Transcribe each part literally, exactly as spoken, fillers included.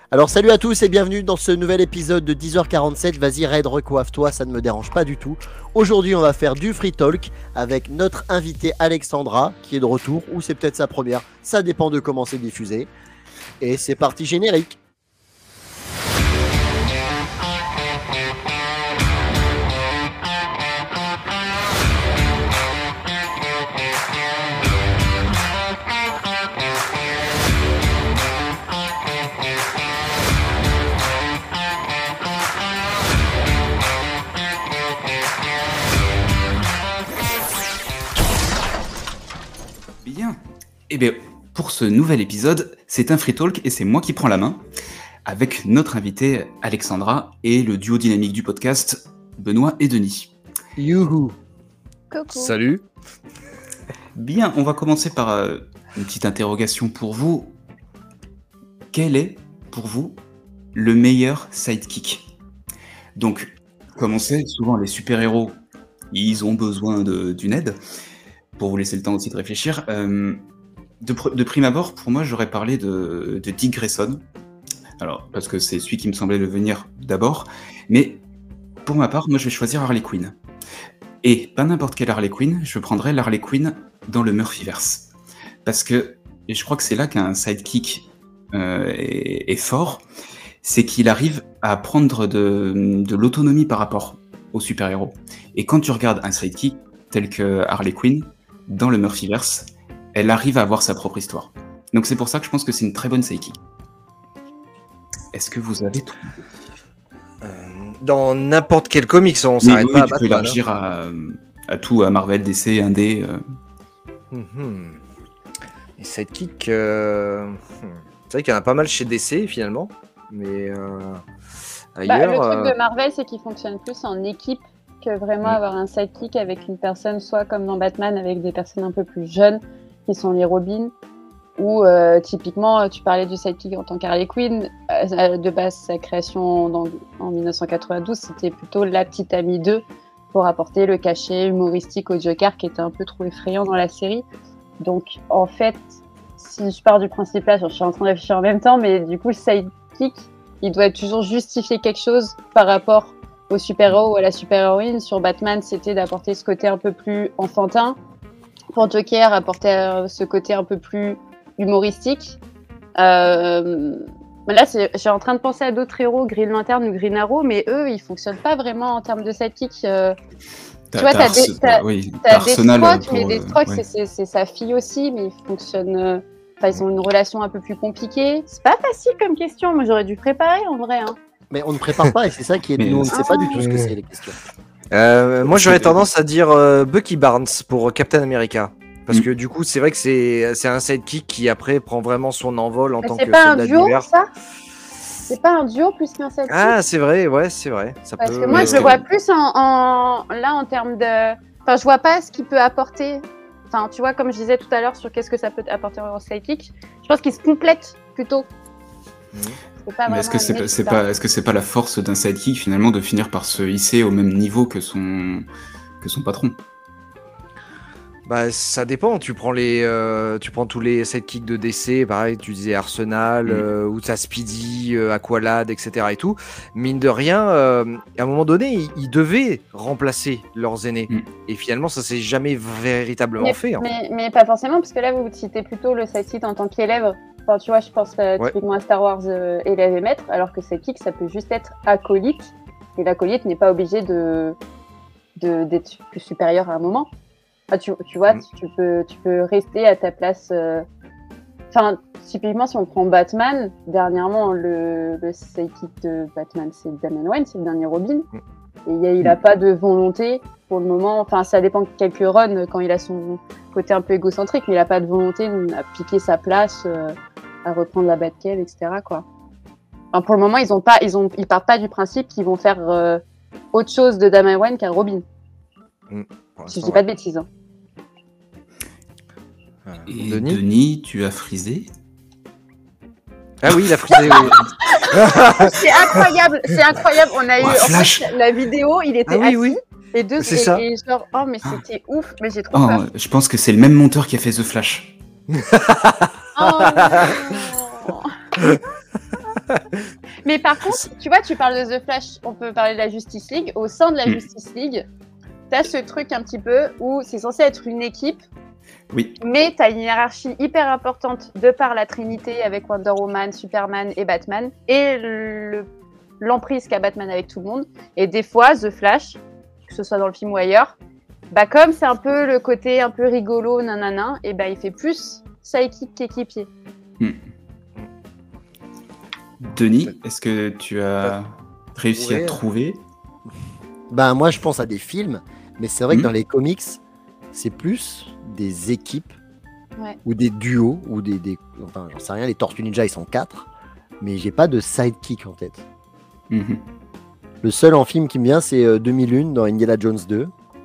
Alors salut à tous et bienvenue dans ce nouvel épisode de dix heures quarante-sept. Vas-y Red, recoiffe-toi, ça ne me dérange pas du tout. Aujourd'hui on va faire du free talk avec notre invitée Alexandra qui est de retour, ou c'est peut-être sa première, ça dépend de comment c'est diffusé. Et c'est parti, générique. Bien. Et bien, pour ce nouvel épisode, c'est un free talk et c'est moi qui prends la main avec notre invité Alexandra et le duo dynamique du podcast Benoît et Denis. Youhou. Coucou. Salut. Bien, on va commencer par euh, une petite interrogation pour vous. Quel est, pour vous, le meilleur sidekick ? Donc, comme on sait, souvent les super-héros, ils ont besoin de, d'une aide. Pour vous laisser le temps aussi de réfléchir. Euh, de, pr- de prime abord, pour moi, j'aurais parlé de, de Dick Grayson. Alors, parce que c'est celui qui me semblait le venir d'abord. Mais pour ma part, moi, je vais choisir Harley Quinn. Et pas n'importe quelle Harley Quinn, je prendrais l'Harley Quinn dans le Murphyverse. Parce que, et je crois que c'est là qu'un sidekick euh, est, est fort, c'est qu'il arrive à prendre de, de l'autonomie par rapport aux super-héros. Et quand tu regardes un sidekick tel que Harley Quinn, dans le Murphyverse, elle arrive à avoir sa propre histoire. Donc c'est pour ça que je pense que c'est une très bonne sidekick. Est-ce que vous avez tout ? Euh, dans n'importe quel comics, on Mais s'arrête oui, pas à tu peux Batman. élargir à, à tout, à Marvel, D C, Indé. Euh... Hein. Mhm. Et sidekick, euh... hmm. c'est vrai qu'il y en a pas mal chez D C finalement, mais euh... Bah, ailleurs. le truc euh, de Marvel, c'est qu'il fonctionne plus en équipe que vraiment Mm. avoir un sidekick avec une personne, soit comme dans Batman, avec des personnes un peu plus jeunes, qui sont les Robins, ou euh, typiquement, tu parlais du sidekick en tant qu'Harley Quinn. Euh, de base, sa création dans- en dix-neuf cent quatre-vingt-douze, c'était plutôt la petite amie d'eux pour apporter le cachet humoristique au Joker, qui était un peu trop effrayant dans la série. Donc, en fait, si je pars du principe là, je suis en train de réfléchir en même temps, mais du coup, le sidekick, il doit toujours justifier quelque chose par rapport au super-héros ou à la super-héroïne. Sur Batman, c'était d'apporter ce côté un peu plus enfantin. Pour Joker, apporter euh, ce côté un peu plus humoristique. Euh, mais là, c'est- je suis en train de penser à d'autres héros, Green Lantern ou Green Arrow, mais eux, ils fonctionnent pas vraiment en termes de sidekick. Euh, Tu vois, t'as des- Arse- t'as- oui, T'as Arsenal Deathstroke, pour, mais euh, Deathstroke, ouais. c'est- c'est c'est sa fille aussi, mais ils fonctionnent. euh, Enfin, ils ont une relation un peu plus compliquée. C'est pas facile comme question, moi j'aurais dû préparer en vrai. Hein. Mais on ne prépare pas et c'est ça qui est... Mais- Nous on ne sait pas du tout ce que Ah. c'est les questions. euh, moi, C'est j'aurais bien. tendance à dire euh, Bucky Barnes pour Captain America. Parce Mm. que du coup, c'est vrai que c'est c'est un sidekick qui après prend vraiment son envol en Mais tant c'est que pas un soldat duo, d'hiver. ça C'est pas un duo plus qu'un sidekick. Ah, c'est vrai, ouais, c'est vrai. Ça Parce peut... que moi, est-ce je le que- vois plus en, en- là en termes de. Enfin, je vois pas ce qu'il peut apporter. Enfin, tu vois, comme je disais tout à l'heure sur qu'est-ce que ça peut apporter en sidekick, je pense qu'il se complète plutôt. Mhm. C'est pas Mais est-ce que vraiment c'est un pas, mec c'est qui pas, est-ce que c'est pas la force d'un sidekick finalement de finir par se hisser au même niveau que son, que son patron ? Bah, ça dépend. Tu prends les, euh, tu prends tous les sidekicks de D C, pareil. Tu disais Arsenal, Mm. euh, ou t'as Speedy, euh, Aqualad, et cetera. Et tout. Mine de rien, euh, à un moment donné, ils, ils devaient remplacer leurs aînés. Mm. Et finalement, ça s'est jamais véritablement mais, fait. En fait. mais, mais pas forcément, parce que là, vous citez plutôt le sidekick en tant qu'élève. Enfin, tu vois, je pense euh, Ouais. typiquement à Star Wars euh, élève et maître, alors que sidekick, ça peut juste être acolyte. Et l'acolyte n'est pas obligé de, de, d'être plus supérieur à un moment. Enfin, tu, tu vois, Mm. tu, peux, tu peux rester à ta place. euh, Enfin, typiquement, si on prend Batman, dernièrement, le, le sidekick de Batman, c'est Damian Wayne, c'est le dernier Robin. Mm. Et il a, il a pas de volonté pour le moment. Enfin, ça dépend de quelques runs quand il a son côté un peu égocentrique, mais il a pas de volonté à piquer sa place, euh, à reprendre la Batcave, et cetera. Quoi. Enfin, pour le moment, ils ont pas, ils ont, ils partent pas du principe qu'ils vont faire euh, autre chose de Damian Wayne qu'un Robin. Pour Si je l'instant, dis pas de bêtises. Hein. ouais. Et Denis Denis, tu as frisé ? Ah oui, il a frisé. oui. C'est incroyable, c'est incroyable. On a eu Oh, en Flash. fait, la vidéo, il était Ah oui, assis. oui. Et deux, C'est et, ça. et genre, oh, mais c'était ouf, mais j'ai trop Oh, peur. je pense que c'est le même monteur qui a fait The Flash. Oh, non. Mais par contre, tu vois, tu parles de The Flash, on peut parler de la Justice League. Au sein de la Mm. Justice League, t'as ce truc un petit peu où c'est censé être une équipe, Oui. mais t'as une hiérarchie hyper importante de par la Trinité avec Wonder Woman, Superman et Batman, et le- l'emprise qu'a Batman avec tout le monde. Et des fois, The Flash, que ce soit dans le film ou ailleurs, bah comme c'est un peu le côté un peu rigolo, nanana, et bah il fait plus sidekick qu'équipier. Denis, est-ce que tu as réussi à Ouais. trouver? Ben moi je pense à des films, mais c'est vrai que Mhm. dans les comics, c'est plus des équipes Ouais. ou des duos ou des, des... enfin j'en sais rien. Les Tortues Ninja ils sont quatre, mais j'ai pas de sidekick en tête. Mhm. Le seul en film qui me vient c'est euh, deux mille un dans Indiana Jones deux.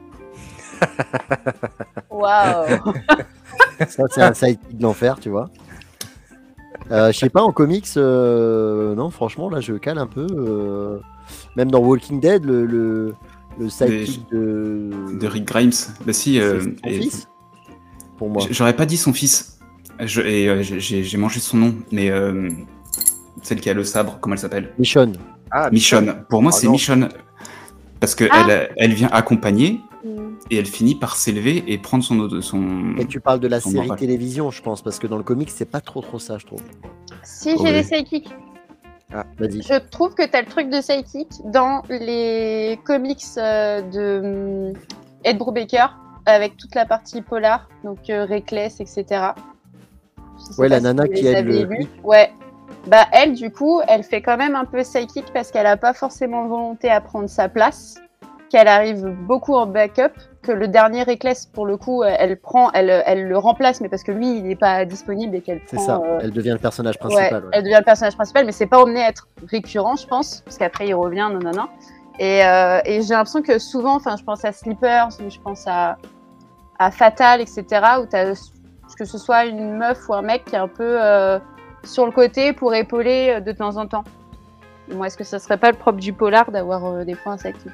Waouh. Ça c'est un sidekick de l'enfer, tu vois. Euh, je sais pas en comics, euh, non franchement là je cale un peu. euh, Même dans Walking Dead le le, le sidekick de De Rick Grimes. Bah si, euh, c'est son et- fils pour moi. j- j'aurais pas dit son fils. Je, et euh, j'ai j'ai mangé son nom, mais euh, celle qui a le sabre, comment elle s'appelle? Michonne. Ah, Michonne. Pour moi, Ah c'est non. Michonne. Parce que Ah. elle, elle vient accompagner Mm. et elle finit par s'élever et prendre son. son... Et tu parles de la Son série moral. télévision, je pense, parce que dans le comic, c'est pas trop trop ça, je trouve. Si j'ai Ouais. des sidekicks, Vas-y. je trouve que t'as le truc de sidekick dans les comics euh, de hum, Ed Brubaker avec toute la partie polar, donc euh, Reckless, et cetera. Je sais Ouais, pas la si nana vous qui les aide avez le lus. flic. Ouais. Bah elle, du coup, elle fait quand même un peu sidekick parce qu'elle a pas forcément volonté à prendre sa place, qu'elle arrive beaucoup en backup, que le dernier Reckless, pour le coup, elle prend, elle, elle le remplace, mais parce que lui, il n'est pas disponible et qu'elle C'est prend. ça, euh, elle devient le personnage Ouais, principal. ouais. elle devient le personnage principal, mais c'est pas emmené à être récurrent, je pense, parce qu'après il revient, non, non, non. Et, euh, et j'ai l'impression que souvent, enfin, je pense à Sleepers, ou je pense à, à Fatal, et cetera, où t'as que ce soit une meuf ou un mec qui est un peu euh, sur le côté pour épauler euh, de temps en temps. Moi, est-ce que ça serait pas le propre du polar d'avoir euh, des fois un sidekick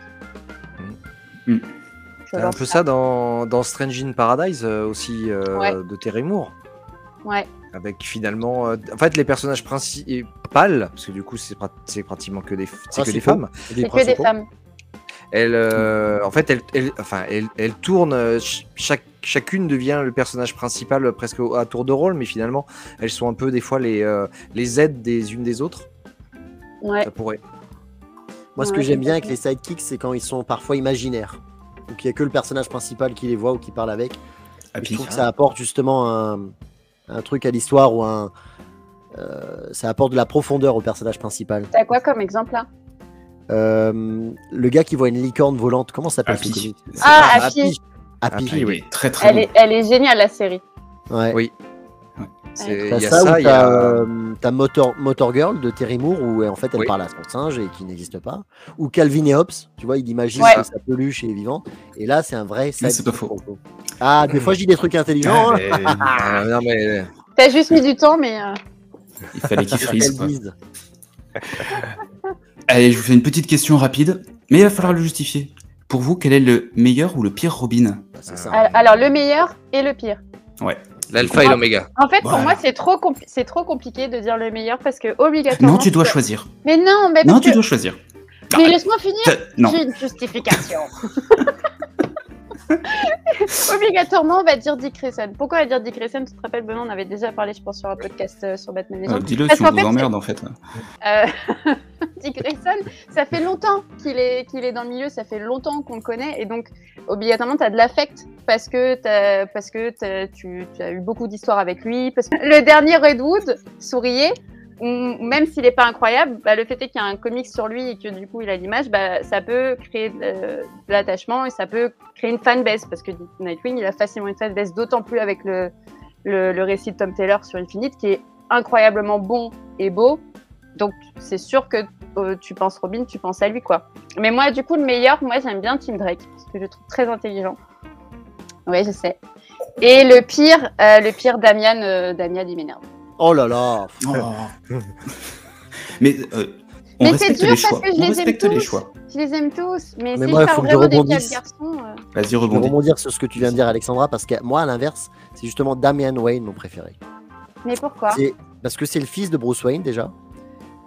Mm. Mm. Je T'as un lance peu ça dans, dans Strange in Paradise euh, aussi euh, Ouais. de Terry Moore. Ouais. Avec finalement, euh, en fait, les personnages principaux, parce que du coup, c'est prat- c'est pratiquement que des, c'est que des Principaux. femmes. Des C'est que des principaux. femmes. Elles, euh, en fait, elles, elles- enfin, elles, elles tournent. euh, ch- Chaque, chacune devient le personnage principal euh, presque au- à tour de rôle, mais finalement, elles sont un peu des fois les, euh, les aides des unes des autres. Ouais. Ça pourrait. Moi, ce que Ouais, j'aime bien avec complètement. les sidekicks, c'est quand ils sont parfois imaginaires. Donc il y a que le personnage principal qui les voit ou qui parle avec. Et je Happy. trouve que ça apporte justement un, un truc à l'histoire ou un. euh, ça apporte de la profondeur au personnage principal. T'as quoi comme exemple là? Euh, le gars qui voit une licorne volante, comment ça s'appelle ce Happy. comic C'est- Ah, Ah, Happy. Happy. Happy, Happy, il oui. est très très Elle bon. est, elle est géniale la série. Ouais. Oui. Ouais. C'est- T'as Il y a ça, ça, ou il y t'as a. euh, t'as Motor, Motor Girl de Terry Moore où en fait elle Oui. parle à son singe et qui n'existe pas. Ou Calvin et Hobbes, tu vois, il imagine Ouais. que sa peluche est vivante. Et là c'est un vrai Mais sidekick c'est pas faux. pour le coup. Ah, des fois je dis des trucs intelligents. Ah, hein. mais Ah, non, mais. T'as juste mis du temps, mais euh, il fallait qu'il frise. Qu'elle Quoi. dise. Allez, je vous fais une petite question rapide, mais il va falloir le justifier. Pour vous, quel est le meilleur ou le pire Robin? Bah, c'est ça. Ah. alors le meilleur et le pire. Ouais. L'alpha et l'oméga. En fait, pour Voilà. moi, c'est trop, compli- c'est trop compliqué de dire le meilleur parce que obligatoirement. Non, tu dois choisir. Mais non, mais Non, parce tu que- dois choisir. Mais laisse-moi finir. T'as- Non. J'ai une justification. Obligatoirement, on va dire Dick Grayson. Pourquoi on va dire Dick Grayson? Tu te rappelles, Benoît, on avait déjà parlé, je pense, sur un podcast euh, sur Batman Euh, Legends. Dis-le Parce si on qu'en vous fait, emmerde en fait. Euh, Dick Grayson, ça fait longtemps qu'il est, qu'il est dans le milieu, ça fait longtemps qu'on le connaît, et donc obligatoirement tu as de l'affect parce que, t'as- parce que t'as- tu, tu as eu beaucoup d'histoires avec lui. Parce que le dernier Redwood, Sourier, on- même s'il n'est pas incroyable, bah, le fait est qu'il y a un comics sur lui et que du coup il a l'image, bah, ça peut créer de, de l'attachement et ça peut créer une fanbase parce que Nightwing il a facilement une fanbase, d'autant plus avec le, le, le récit de Tom Taylor sur Infinite qui est incroyablement bon et beau. Donc c'est sûr que euh, tu penses Robin, tu penses à lui quoi. Mais moi du coup le meilleur, moi j'aime bien Tim Drake parce que je le trouve très intelligent. Ouais je sais. Et le pire, euh, le pire Damian, euh, Damian il m'énerve. Oh là là. Oh. Mais euh, on Mais c'est respecte dur les parce choix. que je On les aime respecte les tous. choix. Je les aime tous, mais, Mais si moi, je faut parle que je vraiment des quatre rebondisse. garçons, euh, Vas-y, Je vais rebondis. rebondir sur ce que tu viens de dire, Alexandra, parce que moi, à l'inverse, c'est justement Damian Wayne mon préféré. mais pourquoi? C'est parce que c'est le fils de Bruce Wayne déjà.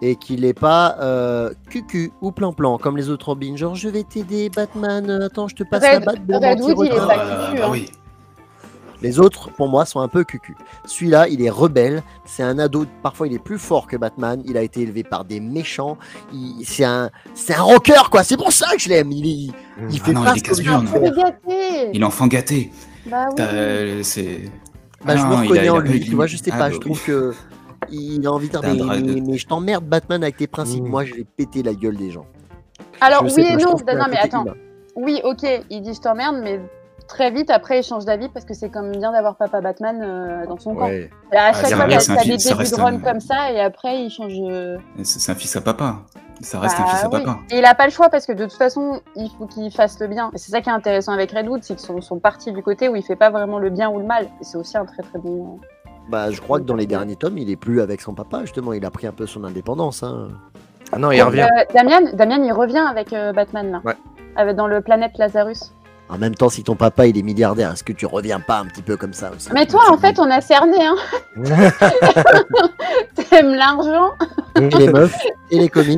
et qu'il n'est pas euh, cucu ou plan-plan comme les autres Robins. Genre, je vais t'aider, Batman, euh, attends, je te passe la Red, batte. bon, Redwood, il est anti-retard. pas Ah, cucu. bah hein. oui. Les autres, pour moi, sont un peu cucu. Celui-là, il est rebelle. C'est un ado. Parfois, il est plus fort que Batman. Il a été élevé par des méchants. Il- C'est un, c'est un rocker, quoi. C'est pour ça que je l'aime. Il, il, il Ah fait non, pas il est ce que casse-burn. lui Il fait. est gâté. Il est enfant gâté. Bah oui. T'as- euh, C'est. Bah, Ah je non, me il a- reconnais il a en pas eu lui. de Tu vois, je limite. sais Ah, pas. bah je oui. trouve que il a envie de dire, T'as un mais, drag. mais, mais je t'emmerde, Batman, avec tes principes. Mm. Moi, je vais péter la gueule des gens. Alors, Je sais oui pas, et je non. trouve qu'il y a un Non, mais côté attends. humain. Oui, ok, il dit je t'emmerde, mais très vite après, il change d'avis parce que c'est quand même bien d'avoir Papa Batman euh, dans son camp. Ouais. Et à Ah, chaque c'est fois, vrai, t'as c'est un t'as film, des ça débuts reste de run un- comme ça, et après, il change. euh, C'est c'est un fils à papa. Ça reste un Bah fils à oui. papa. Et il a pas le choix parce que de toute façon, il faut qu'il fasse le bien. Et c'est ça qui est intéressant avec Redwood, c'est qu'ils sont, sont partis du côté où il fait pas vraiment le bien ou le mal. Et c'est aussi un très très bon. Bah, je crois que dans les derniers tomes, il est plus avec son papa, justement. Il a pris un peu son indépendance. Hein. Ah non, il revient. Euh, Damian, Damian, il revient avec euh, Batman là, Ouais. avec, dans le planète Lazarus. En même temps, si ton papa il est milliardaire, est-ce que tu reviens pas un petit peu comme ça aussi? Mais toi, en fait, on a cerné, hein. T'aimes l'argent. Et les meufs, et les comics,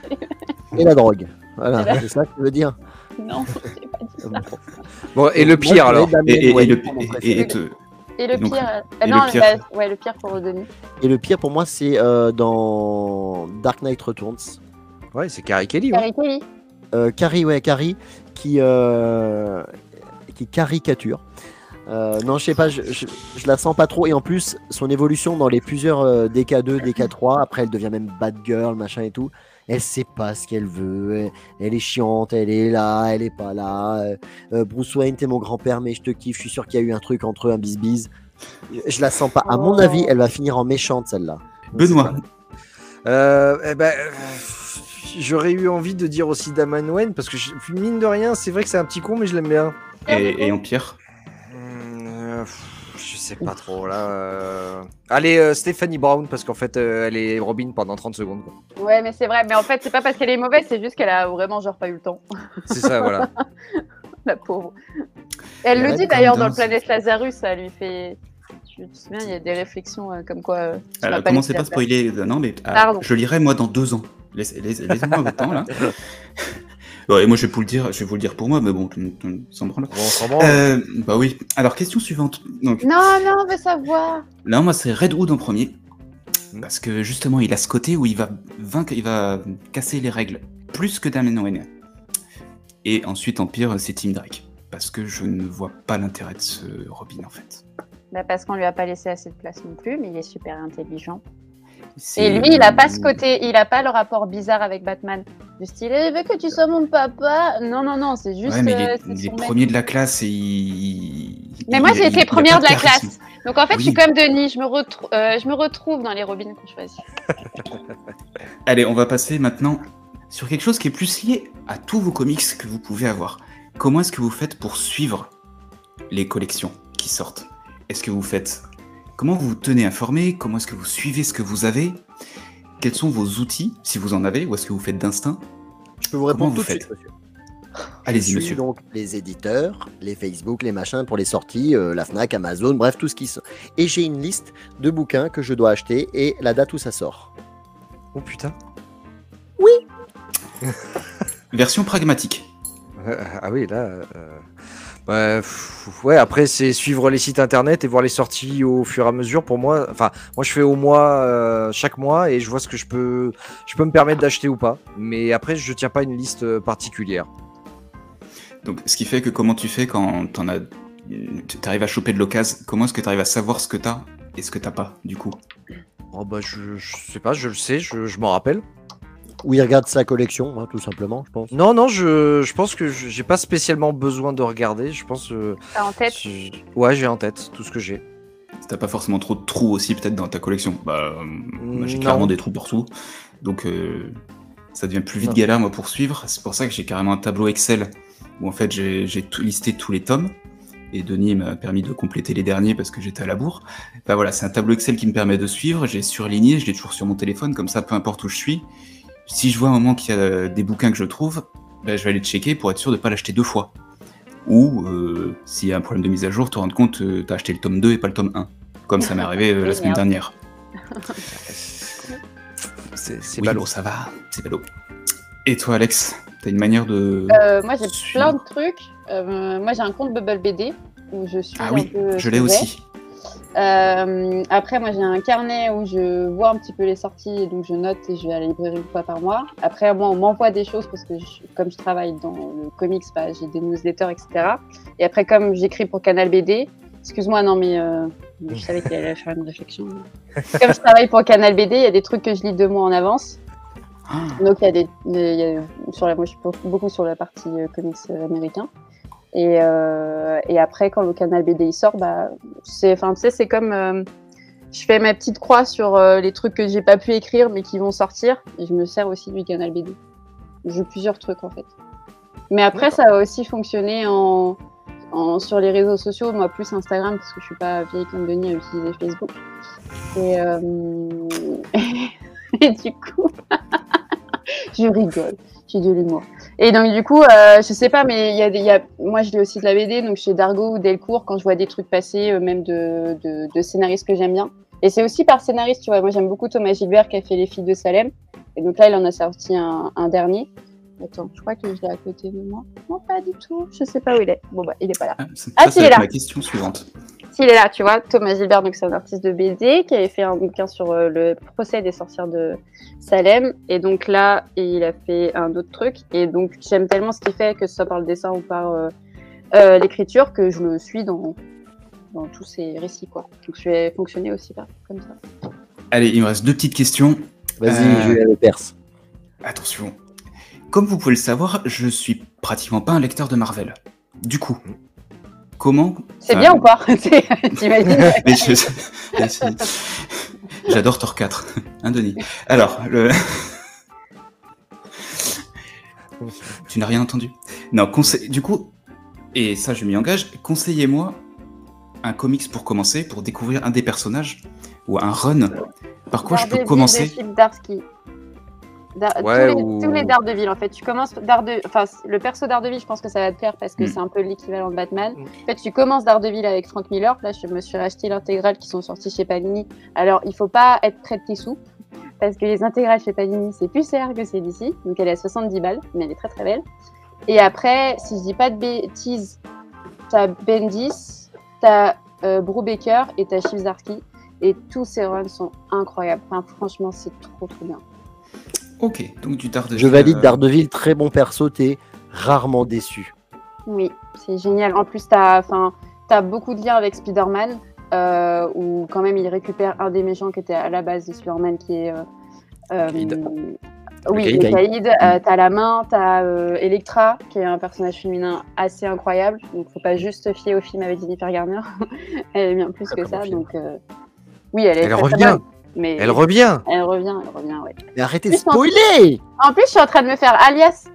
et la drogue. Voilà, c'est ça que tu veux dire. Non, j'ai pas dit ça. Bon, et le Moi, pire je alors. dirais Damien Et, et- et Wayne le, pour mon et- préféré. et- et te- Et le Donc, pire, euh, et non, le pire. bah, ouais, le pire pour Denis. Et le pire pour moi, c'est euh, dans Dark Knight Returns. Ouais, c'est Carrie Kelly. Ouais. Carrie Kelly. Euh, Carrie, ouais, Carrie, qui, euh, qui caricature. Euh, non, je sais pas, je, je, je la sens pas trop. Et en plus, son évolution dans les plusieurs euh, D K deux, D K trois, après elle devient même bad girl, machin et tout. Elle sait pas ce qu'elle veut. Elle, elle est chiante, elle est là, elle est pas là. Euh, euh, Bruce Wayne, t'es mon grand-père, mais je te kiffe. Je suis sûr qu'il y a eu un truc entre eux, un bis-bis. Je la sens pas. À mon Oh. avis, elle va finir en méchante, celle-là. Benoît. Euh, eh ben, euh, j'aurais eu envie de dire aussi Damian Wayne parce que je- mine de rien, c'est vrai que c'est un petit con, mais je l'aime bien. Et, et Empire. Hum, euh, pff, je sais pas trop là. euh. Allez, euh, Stephanie Brown parce qu'en fait, euh, elle est Robin pendant trente secondes. quoi. Ouais, mais c'est vrai. Mais en fait, c'est pas parce qu'elle est mauvaise, c'est juste qu'elle a vraiment genre pas eu le temps. C'est ça, voilà. La pauvre. Elle le Ouais, dit comme d'ailleurs dans dans- le planète Lazarus, ça lui fait. Tu te souviens, il y a des réflexions euh, comme quoi. euh, tu Alors, m'as pas commencez laissé pas à la place. spoiler. euh, Non, mais ah, Pardon. je lirai moi dans deux ans. Laissez- laissez- Laissez-moi votre temps là. Ouais, et moi je vais vous le dire, je vais vous le dire pour moi, mais bon, tu tu- s'en branle. Bon, on s'en branle. Euh, bah oui. Alors question suivante. Donc Non, non, on veut savoir. là, moi c'est Redwood en premier, parce que justement il a ce côté où il va vaincre, il va casser les règles plus que Damian Wayne. Et ensuite Empire, c'est Tim Drake, parce que je ne vois pas l'intérêt de ce Robin en fait. Bah parce qu'on lui a pas laissé assez de place non plus, mais il est super intelligent. C'est- Et lui, il a pas ce côté, il a pas le rapport bizarre avec Batman. Du style, il veut que tu sois mon papa. Non, non, non, c'est juste. Ouais, mais il euh, est, c'est il est son mec. premier de la classe et il. Mais il- moi, il- j'ai il- été il a première pas de la charisme. classe. Donc en fait, je suis Oui. comme Denis, je me, retrou- euh, je me retrouve dans les Robins qu'on choisit. Allez, on va passer maintenant sur quelque chose qui est plus lié à tous vos comics que vous pouvez avoir. Comment est-ce que vous faites pour suivre les collections qui sortent? Est-ce que vous faites... Comment vous vous tenez informé? Comment est-ce que vous suivez ce que vous avez? Quels sont vos outils, si vous en avez, ou est-ce que vous faites d'instinct? Je peux vous Comment répondre vous tout de faites suite, monsieur. Allez-y, Je suis monsieur. donc les éditeurs, les Facebook, les machins pour les sorties, euh, la Fnac, Amazon, bref, tout ce qui sort. Et j'ai une liste de bouquins que je dois acheter et la date où ça sort. Oh putain. Version pragmatique. Euh, ah oui, là. euh, bah, pff, ouais, après, c'est suivre les sites internet et voir les sorties au fur et à mesure. Pour moi, enfin, moi, je fais au mois, euh, chaque mois, et je vois ce que je peux, je peux me permettre d'acheter ou pas. Mais après, je tiens pas une liste euh, particulière. Donc, ce qui fait que comment tu fais quand t'en as... tu arrives à choper de l'occasion, comment est-ce que tu arrives à savoir ce que t'as et ce que t'as pas, du coup? Oh, bah, je, je sais pas, je le sais, je, je m'en rappelle. Où il regarde sa collection, hein, tout simplement, je pense. Non, non, je, je pense que je- j'ai pas spécialement besoin de regarder. Je pense. euh, T'as en tête je- ouais, j'ai en tête tout ce que j'ai. T'as pas forcément trop de trous aussi peut-être dans ta collection. Bah, euh, moi, j'ai Non. clairement des trous partout. Donc euh, ça devient plus vite Non. galère moi pour suivre. C'est pour ça que j'ai carrément un tableau Excel où en fait j'ai j'ai tout listé tous les tomes. Et Denis m'a permis de compléter les derniers parce que j'étais à la bourre. Bah voilà, c'est un tableau Excel qui me permet de suivre. J'ai surligné, je l'ai toujours sur mon téléphone, comme ça peu importe où je suis. Si je vois un moment qu'il y a des bouquins que je trouve, bah, je vais aller checker pour être sûr de ne pas l'acheter deux fois. Ou euh, s'il y a un problème de mise à jour, te rendre compte que tu as acheté le tome deux et pas le tome un. Comme ça m'est arrivé euh, la semaine Génial. dernière. c'est c'est Oui, ballot. bon, ça va, c'est ballot. Et toi, Alex, t'as une manière de. Euh, moi, j'ai suivre. plein de trucs. Euh, moi, j'ai un compte Bubble B D où je suis Ah un oui, peu je l'ai sujet. aussi. Euh, après, moi, j'ai un carnet où je vois un petit peu les sorties et donc je note et je vais à la librairie une fois par mois. Après, moi, on m'envoie des choses parce que je- comme je travaille dans le comics, bah, j'ai des newsletters, et cetera. Et après, comme j'écris pour Canal B D, excuse-moi, non, mais euh, je savais qu'il allait faire une réflexion. Comme je travaille pour Canal B D, il y a des trucs que je lis deux mois en avance. Ah, Donc, il y a des, il y a, sur la, moi, je suis beaucoup sur la partie euh, comics euh, américain. Et, euh, et après, quand le Canal B D il sort, bah, c'est, enfin, tu sais, c'est comme, euh, je fais ma petite croix sur euh, les trucs que j'ai pas pu écrire mais qui vont sortir. Et je me sers aussi du Canal B D. J'ai plusieurs trucs en fait. Mais après, ça va aussi fonctionner en, en, sur les réseaux sociaux, moi plus Instagram parce que je suis pas vieille comme Denis à utiliser Facebook. Et, euh, et du coup, je rigole, j'ai de l'humour. Et donc du coup, euh, je sais pas, mais il y a des, il y a, moi je lis aussi de la B D, donc chez Dargo ou Delcourt, quand je vois des trucs passer, euh, même de, de, de scénaristes que j'aime bien. Et c'est aussi par scénariste, tu vois. Moi j'aime beaucoup Thomas Gilbert qui a fait Les Filles de Salem. Et donc là, il en a sorti un, un dernier. Attends, je crois que je l'ai à côté de moi. Non, pas du tout. Je sais pas où il est. Bon bah, il est pas là. ah, ça, Ah, ça, si, ça il va est être là. ma question suivante. S'il est là, tu vois, Thomas Gilbert, donc c'est un artiste de B D qui avait fait un bouquin sur euh, le procès des sorcières de Salem. Et donc là, il a fait un autre truc. Et donc j'aime tellement ce qu'il fait, que ce soit par le dessin ou par euh, euh, l'écriture, que je le suis dans, dans tous ses récits, quoi. Donc je vais fonctionner aussi par, comme ça. Allez, il me reste deux petites questions. Vas-y, Euh, Julien Lepers. Attention. Comme vous pouvez le savoir, je suis pratiquement pas un lecteur de Marvel. Du coup, comment... C'est enfin, bien ou pas? T'imagines? mais je- mais c'est- J'adore Thor quatre, hein Denis. Alors, le... tu n'as rien entendu? Non, conseil... du coup, et ça je m'y engage, conseillez-moi un comics pour commencer, pour découvrir un des personnages, ou un run. Par quoi je peux Daredevil commencer? de Chip Darsky. Dar- Ouais, tous, les, ou- tous les Daredevil, en fait. Tu commences Darede... enfin, le perso Daredevil, je pense que ça va te plaire parce que Mm. c'est un peu l'équivalent de Batman. Mm. En fait, tu commences Daredevil avec Frank Miller. Là, je me suis racheté l'intégrale qui sont sorties chez Panini. Alors, il faut pas être près de tes sous parce que les intégrales chez Panini, c'est plus cher que c'est d'ici. Donc, elle est à soixante-dix balles, mais elle est très très belle. Et après, si je dis pas de bêtises, t'as Bendis, t'as euh, Brubaker et t'as Chip Zdarsky. Et tous ces runs sont incroyables. Enfin, franchement, c'est trop trop bien. Ok, donc du Daredevil. Je valide euh, Daredevil, très bon perso, t'es rarement déçu. Oui, c'est génial. En plus, t'as, enfin, t'as beaucoup de liens avec Spider-Man, euh, où quand même il récupère un des méchants qui était à la base de Spider-Man, qui est... Euh, euh, Caïd. oui, Le le Caïd. Caïd. Euh, t'as la main, t'as euh, Elektra, qui est un personnage féminin assez incroyable. Donc, faut pas juste se fier au film avec Jennifer Garner. Elle est bien plus Très que très bon ça. film. Donc, euh, oui, elle est Elle très, très revient. bonne, mais Elle revient. elle revient, elle revient, ouais. Mais arrêtez de Plus, en- spoiler. En plus, je suis en train de me faire Alias.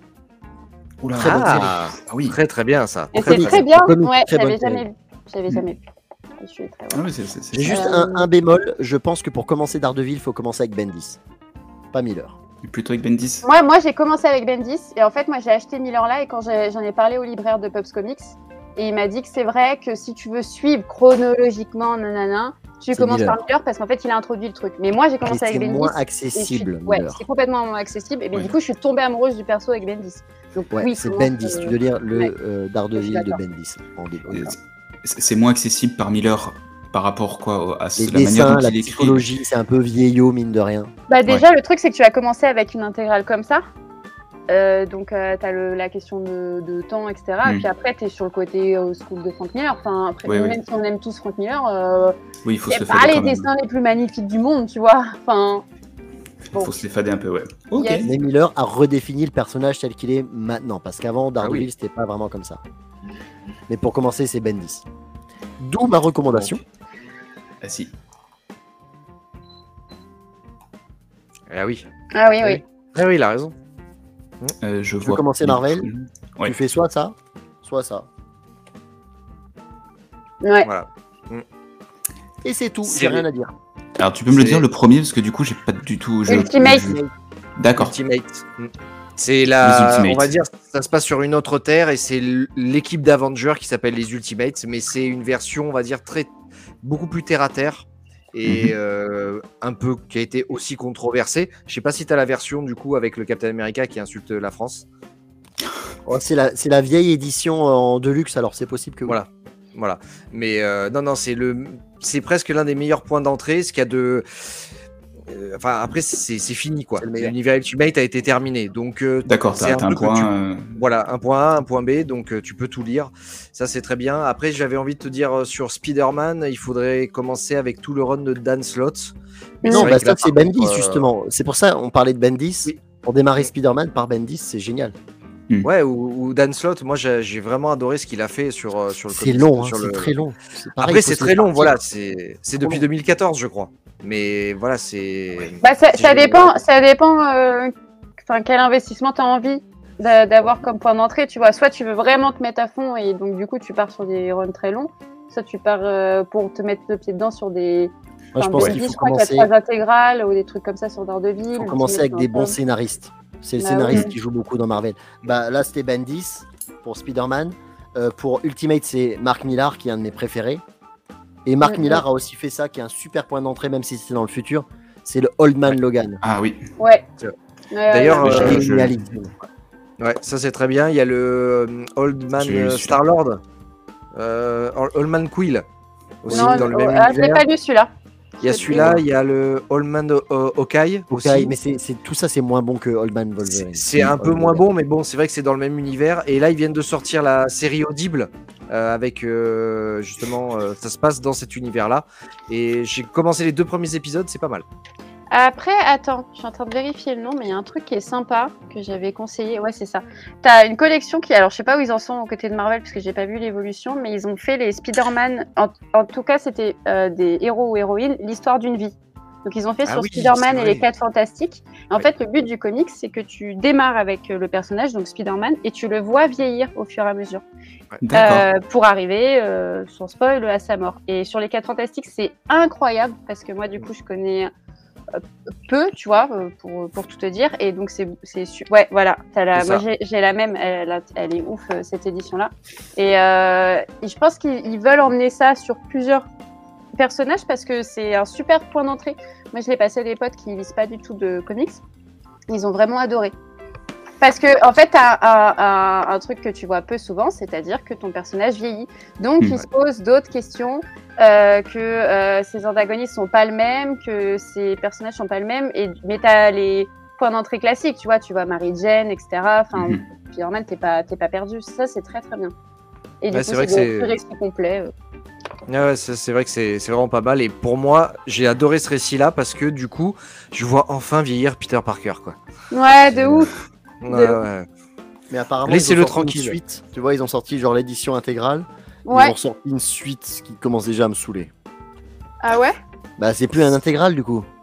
Oula, Très bonne Ah, ah oui. très très bien ça. Et Très, c'est très très bien. bien. Comique, Ouais, très j'avais bonne jamais série. vu. J'avais Mm. jamais vu. Je suis très Ah oui, c'est- c'est- c'est- J'ai juste Euh, un, un bémol, je pense que pour commencer Daredevil, il faut commencer avec Bendis. Pas Miller. plutôt avec Bendis. Moi, moi j'ai commencé avec Bendis et en fait, moi, j'ai acheté Miller là et quand j'ai- j'en ai parlé au libraire de Pups Comics, et il m'a dit que c'est vrai que si tu veux suivre chronologiquement, nanana, tu C'est commences Miller. par Miller parce qu'en fait, il a introduit le truc. Mais moi, j'ai Mais commencé c'est avec Bendis. moins et je suis- accessible, Ouais, Miller. c'est complètement moins accessible. Et bien, Ouais. du coup, je suis tombée amoureuse du perso avec Bendis. Donc, Ouais, oui, c'est commence, Bendis. euh, Tu dois lire le ouais. euh, Je suis Daredevil de d'accord. Bendis. En dé- Euh, voilà. C'est c'est moins accessible par Miller par rapport quoi, à Les la manière dessins, dont la il écrit. psychologie, c'est un peu vieillot, mine de rien. Bah déjà, le truc, c'est que tu as commencé avec une intégrale comme ça. Euh, donc, euh, tu as la question de, de temps, et cetera. Mm. Et puis après, tu es sur le côté old school de Frank Miller. Enfin, après, Ouais, même ouais. si on aime tous Frank Miller, euh, Oui, il faut se c'est le pas fader les quand même. dessins les plus magnifiques du monde, tu vois. Enfin, Il bon. faut se les fader un peu, ouais. Ok. Yes. Mais Miller a redéfini le personnage tel qu'il est maintenant. Parce qu'avant, Daredevil, Ah oui. c'était pas vraiment comme ça. Mais pour commencer, c'est Bendis. D'où ma recommandation. Ah si. Ah oui. Ah oui, oui. Ah oui, il a raison. Euh, je veux vois. commencer Marvel Ouais. Tu fais soit ça, soit ça. Ouais. Voilà. Et c'est tout, C'est j'ai le- rien à dire. Alors tu peux me le C'est- dire le premier parce que du coup j'ai pas du tout. je- Ultimate. je- D'accord. Ultimate. Mm. C'est Les la, Ultimates. on va dire, ça se passe sur une autre terre et c'est l- l'équipe d'Avengers qui s'appelle les Ultimates, mais c'est une version, on va dire, très beaucoup plus terre à terre et Mhm. euh, un peu qui a été aussi controversé. Je sais pas si tu as la version du coup avec le Captain America qui insulte la France. Oh, c'est la, c'est la vieille édition en deluxe, alors c'est possible que oui. Voilà. Voilà. Mais euh, non, non, c'est le, c'est presque l'un des meilleurs points d'entrée. Ce qu'il y a de, euh, enfin après c'est c'est fini quoi. C'est le meilleur. L'univers Ultimate a été terminé, donc euh, D'accord, c'est t'as un t'as un truc que point. tu- euh, voilà, un point A, un point B, donc euh, tu peux tout lire. Ça, c'est très bien. Après, j'avais envie de te dire euh, sur Spider-Man, il faudrait commencer avec tout le run de Dan Slott. Mais Non, c'est Non, vrai bah que là, ça c'est par Bendis contre, euh, justement. C'est pour ça on parlait de Bendis. Oui. Pour démarrer Spider-Man par Bendis, c'est génial. Ouais, ou, ou Dan Slott, moi j'ai j'ai vraiment adoré ce qu'il a fait sur, euh, sur le C'est comics, long, hein, sur c'est le- très long. C'est pareil, Après, faut c'est se très long, partir. voilà. C'est c'est Trop depuis long. deux mille quatorze, je crois. Mais voilà, c'est. Bah, ça, c'est ça génial. dépend, ça dépend euh, enfin, quel investissement tu as envie d'a- d'avoir comme point d'entrée. Tu vois, soit tu veux vraiment te mettre à fond et donc du coup tu pars sur des runs très longs, soit tu pars euh, pour te mettre le pied dedans sur des. Moi je enfin, pense Bendis, qu'il faut je crois qu'il y a commencer, trois intégrales ou des trucs comme ça sur Daredevil. faut ou commencer tu avec mets des dans bons ça. scénaristes. C'est le Bah scénariste oui. qui joue beaucoup dans Marvel. Bah là c'était Bendis pour Spider-Man. Euh, pour Ultimate c'est Mark Millar qui est un de mes préférés. Et Mark Mm, Millar a aussi fait ça qui est un super point d'entrée même si c'est dans le futur. C'est le Old Man Logan. Ah oui. Ouais. C'est vrai. Ouais, ouais, D'ailleurs, ouais. euh, je- Génialissime. Ouais, ça c'est très bien. Il y a le euh, Old Man J'ai lu euh, celui-là. Star-Lord, euh, Old Man Quill, aussi Non, dans le oh, même ah, je l'ai univers. pas lu celui-là. Il y a celui-là, il y a le Old Man O- O- Hawkeye aussi. Ok, mais c'est, c'est- tout ça c'est moins bon que Old Man C'est Wolverine. c'est un Old peu Man moins Logan. bon, mais bon, c'est vrai que c'est dans le même univers. Et là, ils viennent de sortir la série Audible euh, avec euh, justement, euh, ça se passe dans cet univers-là. Et j'ai commencé les deux premiers épisodes, c'est pas mal. Après, attends, je suis en train de vérifier le nom, mais il y a un truc qui est sympa que j'avais conseillé. Ouais, c'est ça. T'as une collection qui, alors je sais pas où ils en sont aux côtés de Marvel parce que j'ai pas vu l'évolution, mais ils ont fait les Spider-Man. En, en tout cas, c'était euh, des héros ou héroïnes, l'histoire d'une vie. Donc ils ont fait Ah sur oui, Spider-Man c'est et vrai. les quatre Fantastiques. En Ouais. fait, le but du comics, c'est que tu démarres avec euh, le personnage, donc Spider-Man, et tu le vois vieillir au fur et à mesure. D'accord. Euh, pour arriver, euh, sans spoil, à sa mort. Et sur les quatre Fantastiques, c'est incroyable parce que moi, du coup, je connais euh, peu, tu vois, euh, pour, pour tout te dire. Et donc, c'est. c'est su- Ouais, voilà. T'as la... C'est Moi, ça. j'ai j'ai la même. Elle, a- elle est ouf, euh, cette édition-là. Et, euh, et je pense qu'ils ils veulent emmener ça sur plusieurs personnages parce que c'est un super point d'entrée. Moi, je l'ai passé à des potes qui lisent pas du tout de comics. Ils ont vraiment adoré. Parce que, en fait, t'as un, un, un truc que tu vois peu souvent, c'est-à-dire que ton personnage vieillit. Donc, Mmh. il se pose d'autres questions, euh, que euh, ses antagonistes sont pas le même, que ses personnages sont pas le même. Et, mais t'as les points d'entrée classiques, tu vois, tu vois Mary Jane, et cetera. Enfin, Mhm. puis normal, t'es pas, t'es pas perdu. Ça, c'est très très bien. Et du Ouais, coup, c'est vrai c'est que des c'est- petits récits complets. euh. Ah ouais, c'est c'est vrai que c'est c'est vraiment pas mal. Et pour moi, j'ai adoré ce récit-là parce que du coup, je vois enfin vieillir Peter Parker, quoi. Ouais, de ouf. Ouais, De- ouais. Mais apparemment, Laissez-le ils ont sorti tranquille. une suite. Tu vois, ils ont sorti genre l'édition intégrale. Ouais. Ils ont sorti une suite qui commence déjà à me saouler. Ah ouais. Bah, c'est plus un intégral du coup.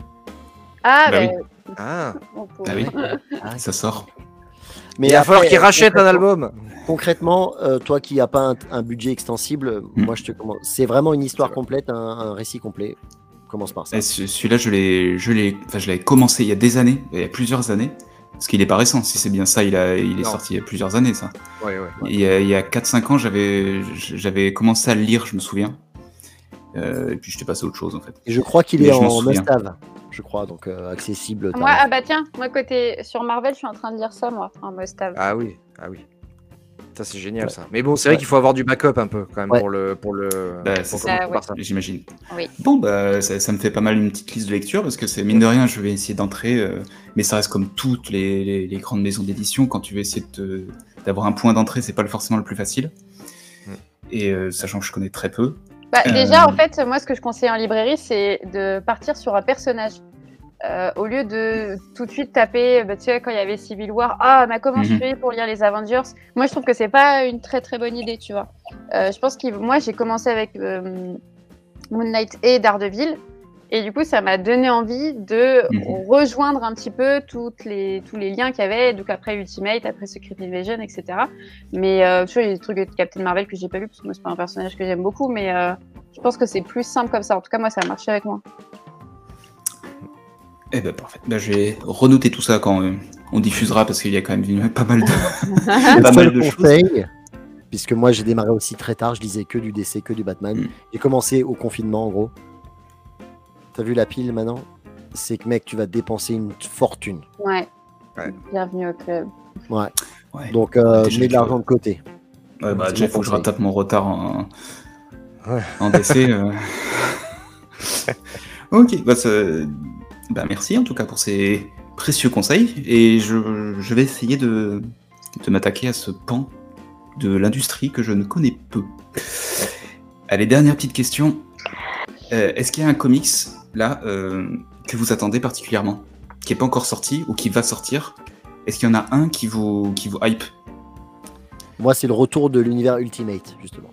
Ah, Bah ben. Ah, on peut- Ah oui, Ah, ça sort. Mais il va après, falloir qu'il euh, rachète un concrètement- album. Concrètement, euh, toi qui n'as pas un, un budget extensible, euh, Mm. moi je te commence. C'est vraiment une histoire C'est vrai. complète, un, un récit complet. Commence par ça. Et ce- Celui-là, je l'ai, je l'ai, enfin, je l'avais commencé il y a des années, il y a plusieurs années, parce qu'il est pas récent. Si c'est bien ça, il a, il est Non. sorti il y a plusieurs années, ça. Ouais, ouais. Il y a, il y a quatre cinq ans, j'avais, j'avais commencé à le lire, je me souviens. Euh, et puis j'étais passé à autre chose en fait. Et je crois qu'il Mais est je m'en en souviens. must-have, je crois, donc euh, accessible. Moi, tarif. ah bah tiens, moi côté sur Marvel, je suis en train de lire ça, moi, en must-have. Ah oui, ah oui. Ça c'est génial Ouais. ça. Mais bon, c'est vrai Ouais. qu'il faut avoir du backup un peu quand même Ouais. pour le pour le. Bah, pour c'est commencer ça. par Ah ouais. J'imagine. Oui. Bon, bah, ça, ça me fait pas mal une petite liste de lecture parce que c'est mine de rien, je vais essayer d'entrer, euh, mais ça reste comme toutes les, les- les grandes maisons d'édition. Quand tu veux essayer de te- d'avoir un point d'entrée, c'est pas le- forcément le plus facile. Mm. Et euh, sachant que je connais très peu. Bah, Euh, Déjà, en fait, moi, ce que je conseille en librairie, c'est de partir sur un personnage. Euh, au lieu de tout de suite taper, bah, tu sais, quand il y avait Civil War, ah, mais comment je Mhm. fais pour lire les Avengers? Moi, je trouve que c'est pas une très très bonne idée, tu vois. Euh, je pense que moi, j'ai commencé avec euh, Moon Knight et Daredevil, et du coup, ça m'a donné envie de Mhm. rejoindre un petit peu toutes les, tous les liens qu'il y avait, donc après Ultimate, après Secret Invasion, et cetera. Mais euh, tu vois, il y a des trucs de Captain Marvel que j'ai pas lu, parce que moi, c'est pas un personnage que j'aime beaucoup, mais euh, je pense que c'est plus simple comme ça. En tout cas, moi, ça a marché avec moi. Eh ben parfait. Bah, je vais renoter tout ça quand euh, on diffusera parce qu'il y a quand même pas mal de, Le pas seul mal de choses. conseil, puisque moi j'ai démarré aussi très tard, je lisais que du D C, que du Batman. Mm. J'ai commencé au confinement en gros. T'as vu la pile maintenant? C'est que mec, tu vas dépenser une fortune. Ouais. Ouais. Bienvenue au club. Ouais. Ouais. Donc, euh, Déjà mets de que- l'argent de côté. Ouais, bah, C'est déjà, mon faut que je conseil. rattrape mon retard en, Ouais. en D C. euh. Ok, bah, ça- bah, merci en tout cas pour ces précieux conseils. Et je, je vais essayer de, de m'attaquer à ce pan de l'industrie que je ne connais peu. Allez, dernière petite question. Euh, Est-ce qu'il y a un comics, là, euh, que vous attendez particulièrement, qui n'est pas encore sorti ou qui va sortir? Est-ce qu'il y en a un qui vous, qui vous hype? Moi, c'est le retour de l'univers Ultimate, justement.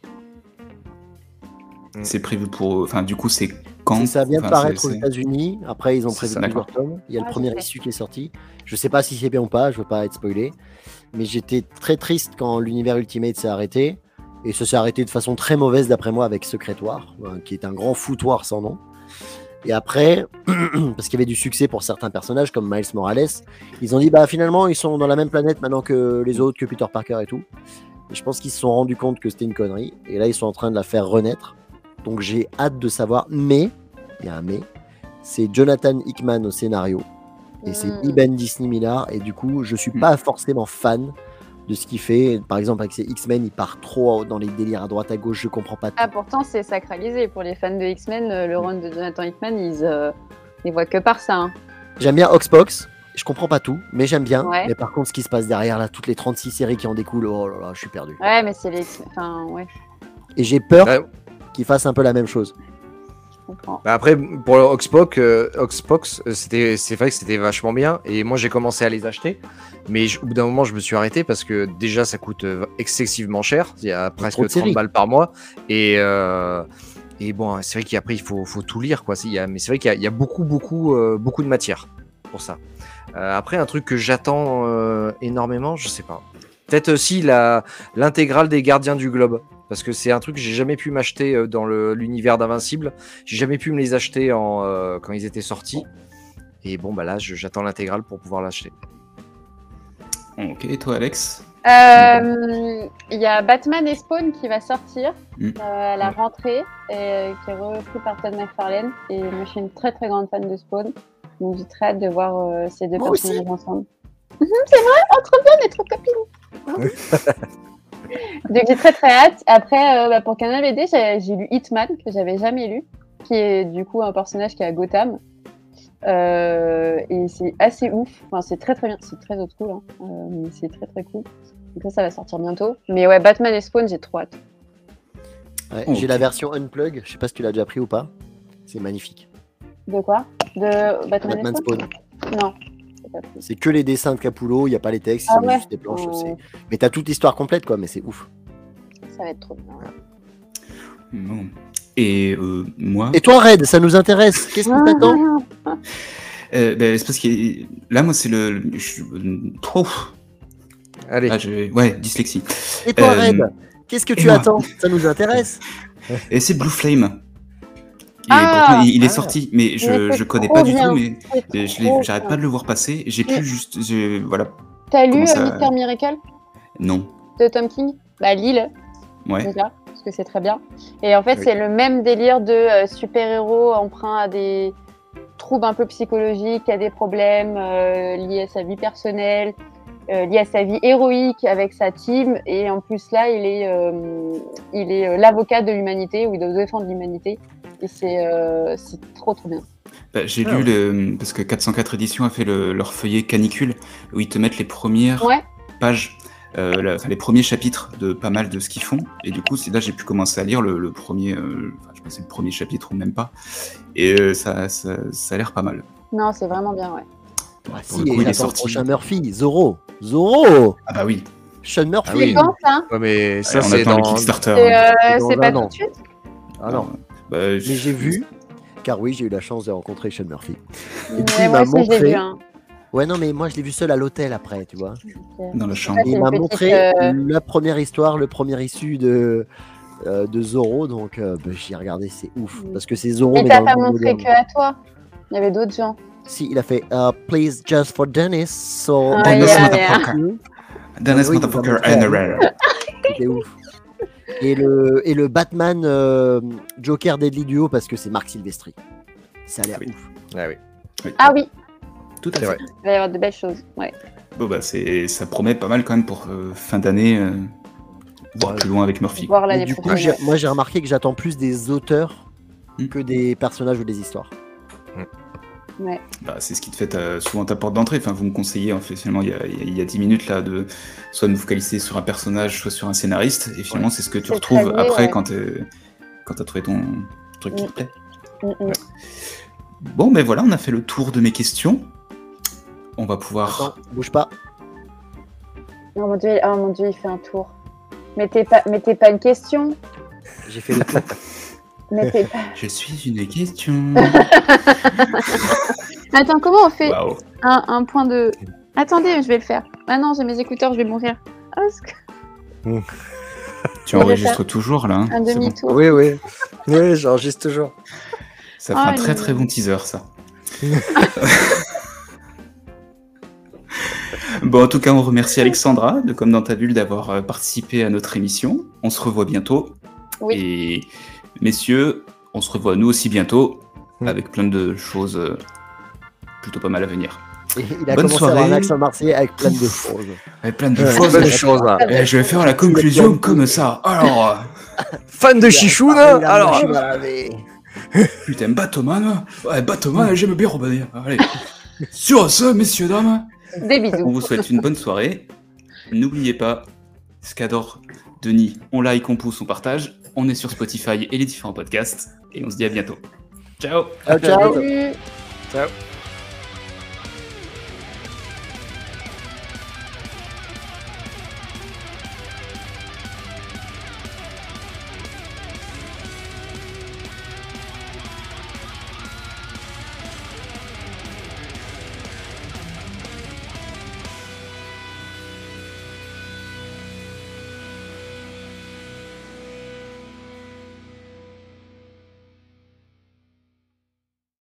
C'est prévu pour... Enfin, du coup, c'est quand? C'est- Ça vient de Enfin, paraître c'est- aux c'est- États-Unis. Après, ils ont C'est prévu ça, plusieurs d'accord. tomes. Il y a le Ah, premier je sais. issue qui est sorti. Je sais pas si c'est bien ou pas, je veux pas être spoilé. Mais j'étais très triste quand l'univers Ultimate s'est arrêté. Et ça s'est arrêté de façon très mauvaise, d'après moi, avec Secretoire, euh, qui est un grand foutoir sans nom. Et après, parce qu'il y avait du succès pour certains personnages comme Miles Morales, ils ont dit bah finalement ils sont dans la même planète maintenant que les autres, que Peter Parker et tout. Et je pense qu'ils se sont rendus compte que c'était une connerie. Et là ils sont en train de la faire renaître. Donc j'ai hâte de savoir. Mais, il y a un mais, c'est Jonathan Hickman au scénario. Et c'est Mm. Iben Disney Millard. Et du coup, je suis Mm. pas forcément fan de ce qu'il fait. Par exemple, avec ses X-Men, il part trop dans les délires à droite à gauche. Je comprends pas tout. Ah, pourtant, c'est sacralisé. Pour les fans de X-Men, euh, le run de Jonathan Hickman, ils, euh, ils voient que par ça. hein. J'aime bien Oxbox. Je comprends pas tout, mais j'aime bien. Ouais. Mais par contre, ce qui se passe derrière, là, toutes les trente-six séries qui en découlent, oh là là, je suis perdu. Ouais, mais c'est les X-Men. Enfin, ouais, Et j'ai peur Ouais. qu'ils fassent un peu la même chose. je comprends. Bah après, pour le Oxbox, euh, Oxbox euh, c'était, c'est vrai que c'était vachement bien. Et moi, j'ai commencé à les acheter. Mais je- au bout d'un moment, je me suis arrêté parce que déjà, ça coûte euh, excessivement cher. Il y a presque trop de trente séries. balles par mois. Et, euh, et bon, c'est vrai qu'après, il faut, faut tout lire. Quoi. Il y a, mais c'est vrai qu'il y a, il y a beaucoup, beaucoup, euh, beaucoup de matière pour ça. Euh, après, un truc que j'attends euh, énormément, je sais pas. Peut-être aussi la, l'intégrale des Gardiens du Globe. Parce que c'est un truc que j'ai jamais pu m'acheter euh, dans le- l'univers d'Invincible. J'ai jamais pu me les acheter en, euh, quand ils étaient sortis. Et bon, bah là, je- j'attends l'intégrale pour pouvoir l'acheter. Ok, et toi, Alex? Euh, Il y a Batman et Spawn qui va sortir Mm. euh, à la Mm. rentrée, et, euh, qui est repris par Todd McFarlane. Et moi, je suis une très très grande fan de Spawn. Donc, j'ai très hâte de voir euh, ces deux Moi aussi. personnages ensemble. Mhm, c'est vrai, oh, trop bien d'être copine. Donc, j'ai très très hâte. Après, euh, bah, pour Canal B D, j'ai j'ai lu Hitman, que j'avais jamais lu, qui est du coup un personnage qui est à Gotham. Euh, et c'est assez ouf. Enfin, c'est très très bien. C'est très old school, hein. Euh, mais c'est très très cool. Donc ça, ça va sortir bientôt. Mais ouais, Batman et Spawn, j'ai trop hâte. Ouais, Ok. J'ai la version Unplug. Je sais pas si tu l'as déjà pris ou pas. C'est magnifique. De quoi? De Batman, Batman et Spawn? Spawn. Non. j'ai pas pris. C'est que les dessins de Capullo. Il n'y a pas les textes. Ah ils ont ouais. juste des planches. Oh, c'est- Mais t'as toute l'histoire complète, quoi. Mais c'est ouf. ça va être trop bien. Bon. Et euh, moi, Et toi, Red, ça nous intéresse. Qu'est-ce qui t'attend? euh, ben, c'est parce que là, moi, c'est le. Je... Oh. Allez. Ah, je- Ouais, dyslexie. Et toi, Euh, Red, qu'est-ce que et tu moi attends? Ça nous intéresse. Et c'est Blue Flame. Et Ah. pourtant, il, il est Ah. sorti, mais je, Mais c'est je connais trop pas du bien. tout, mais C'est et je l'ai- trop j'arrête bien. pas de le voir passer. J'ai Mm. plus juste. je- Voilà. T'as lu Comment ça- euh, Mister Miracle Non. de Tom King? Bah, Lille, Ouais. déjà, parce que c'est très bien. Et en fait, Oui. c'est le même délire de euh, super-héros emprunt à des troubles un peu psychologiques, à des problèmes euh, liés à sa vie personnelle, euh, liés à sa vie héroïque avec sa team. Et en plus, là, il est, euh, il est euh, l'avocat de l'humanité, ou il doit défendre l'humanité. Et c'est euh, c'est trop, trop bien. Bah, j'ai Ah lu ouais. le. Parce que quatre cent quatre Éditions a fait le- leur feuillet canicule, où ils te mettent les premières Ouais, pages, euh, la- enfin, les premiers chapitres de pas mal de ce qu'ils font. Et du coup, c'est là j'ai pu commencer à lire le, le premier. euh, Enfin, je pense que c'est le premier chapitre ou même pas. Et euh, ça, ça, ça a l'air pas mal. non, c'est vraiment bien, ouais. Ah, Pour si, le et coup, il est j'attends le sorti. prochain Murphy. Zorro. Zorro. Ah bah oui. Sean Murphy. Ah oui. C'est quand, ça? Ouais, mais ça, Allez, on c'est attend dans. le Kickstarter. C'est hein. euh, dans c'est pas un tout an. de suite? Ah non. Bah, Mais je- j'ai vu, car oui, j'ai eu la chance de rencontrer Sean Murphy. Et du coup, Mais il moi m'a aussi, je l'ai montré. vu. Hein. Ouais, non, mais moi, je l'ai vu seul à l'hôtel après, tu vois. Dans la chambre. Ça, Et c'est il m'a une montré petite, euh, la première histoire, le premier issu de, euh, de Zorro. Donc, euh, bah, j'ai regardé, c'est ouf. Mm. Parce que c'est Zorro, Mais mais t'as dans pas le monde montré moderne. que à toi. Il y avait d'autres gens. Si, il a fait uh, Please, just for Dennis. So, Ah, Dennis yeah, motherfucker. Dennis Oui, il nous a motherfucker montré. and a rare. C'était ouf. Et le, et le Batman euh, Joker Deadly Duo, parce que c'est Marc Silvestri. Ça a l'air Oui. ouf. Ah oui. Oui. Ah oui, Tout à C'est fait. vrai. il va y avoir de belles choses. Ouais. Bon, bah, c'est... ça promet pas mal quand même pour euh, fin d'année, euh, voire Ouais. plus loin avec Murphy. Voir Mais l'année du coup, prochaine. j'ai- ouais. moi j'ai remarqué que j'attends plus des auteurs Hmm. que des personnages ou des histoires. Ouais. Bah, c'est ce qui te fait ta- souvent ta porte d'entrée. Enfin, vous me conseillez, en fait, finalement, il y a, il y a dix minutes, là, de soit de vous focaliser sur un personnage, soit sur un scénariste. Et finalement, c'est ce que tu C'est retrouves très lié, après ouais. quand t'es- quand t'as trouvé ton truc qui Mm. te plaît. Mm, mm. Bon, ben voilà, on a fait le tour de mes questions. On va pouvoir... Attends, bouge pas. Oh mon dieu, oh mon dieu, il fait un tour. Mettez pas, mettez pas une question. J'ai fait le tour. Mettez pas... Je suis une question. Attends, comment on fait Waouh. un, un point de... Attendez, je vais le faire. Ah non, j'ai mes écouteurs, je vais mourir. Ah, c'est que- Tu On va enregistres faire toujours, là. hein un C'est bon. demi-tour. Oui, oui. Oui, j'enregistre toujours. Ça fait Ah, un très il- très bon teaser, ça. Bon, en tout cas, on remercie Alexandra de Comme dans ta bulle d'avoir euh, participé à notre émission. On se revoit bientôt. Oui. Et messieurs, on se revoit nous aussi bientôt Mm. avec plein de choses euh, plutôt pas mal à venir. Et il a Bonne commencé à avoir un soirée. accent marseillais avec plein de choses. Avec plein de Ouais, choses. bonne chose, là. Et je vais faire la conclusion comme ça. Alors, euh, Fan de Chichoun, Il a la alors. machine à laver. putain, Batman. Ouais, Batman, j'aime bien Robin. Allez. Sur ce, messieurs, dames. Des On bisous. vous souhaite une bonne soirée. N'oubliez pas, Scador, Denis, on like, on pousse, on partage. On est sur Spotify et les différents podcasts. Et on se dit à bientôt. Ciao. Ciao, ciao. Salut. Ciao.